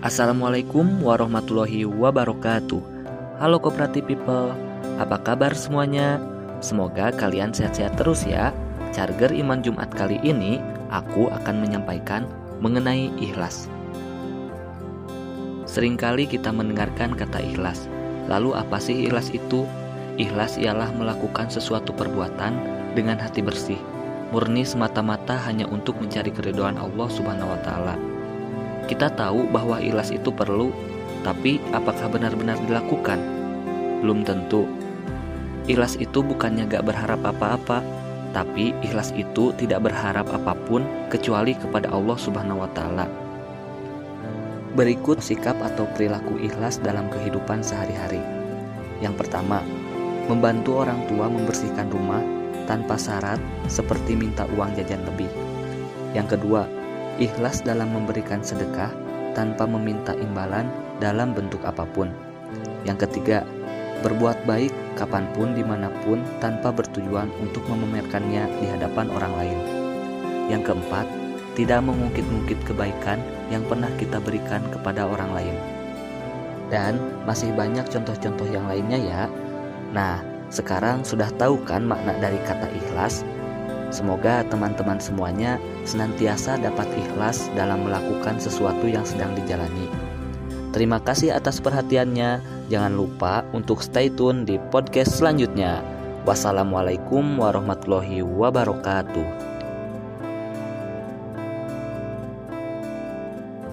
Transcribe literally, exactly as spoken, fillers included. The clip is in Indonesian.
Assalamualaikum warahmatullahi wabarakatuh. Halo Kooperatif People, apa kabar semuanya? Semoga kalian sehat-sehat terus ya. Charger Iman Jumat kali ini aku akan menyampaikan mengenai ikhlas. Seringkali kita mendengarkan kata ikhlas. Lalu apa sih ikhlas itu? Ikhlas ialah melakukan sesuatu perbuatan dengan hati bersih, murni semata-mata hanya untuk mencari keridhaan Allah Subhanahu wa taala. Kita tahu bahwa ikhlas itu perlu, tapi apakah benar-benar dilakukan? Belum tentu. Ikhlas itu bukannya gak berharap apa-apa, tapi ikhlas itu tidak berharap apapun kecuali kepada Allah Subhanahu wa taala. Berikut sikap atau perilaku ikhlas dalam kehidupan sehari-hari. Yang pertama, membantu orang tua membersihkan rumah tanpa syarat seperti minta uang jajan lebih. Yang kedua, ikhlas dalam memberikan sedekah tanpa meminta imbalan dalam bentuk apapun. Yang ketiga, berbuat baik kapanpun dimanapun tanpa bertujuan untuk memamerkannya di hadapan orang lain. Yang keempat, tidak mengungkit-ungkit kebaikan yang pernah kita berikan kepada orang lain. Dan masih banyak contoh-contoh yang lainnya ya. Nah, sekarang sudah tahu kan makna dari kata ikhlas? Semoga teman-teman semuanya senantiasa dapat ikhlas dalam melakukan sesuatu yang sedang dijalani. Terima kasih atas perhatiannya. Jangan lupa untuk stay tune di podcast selanjutnya. Wassalamualaikum warahmatullahi wabarakatuh.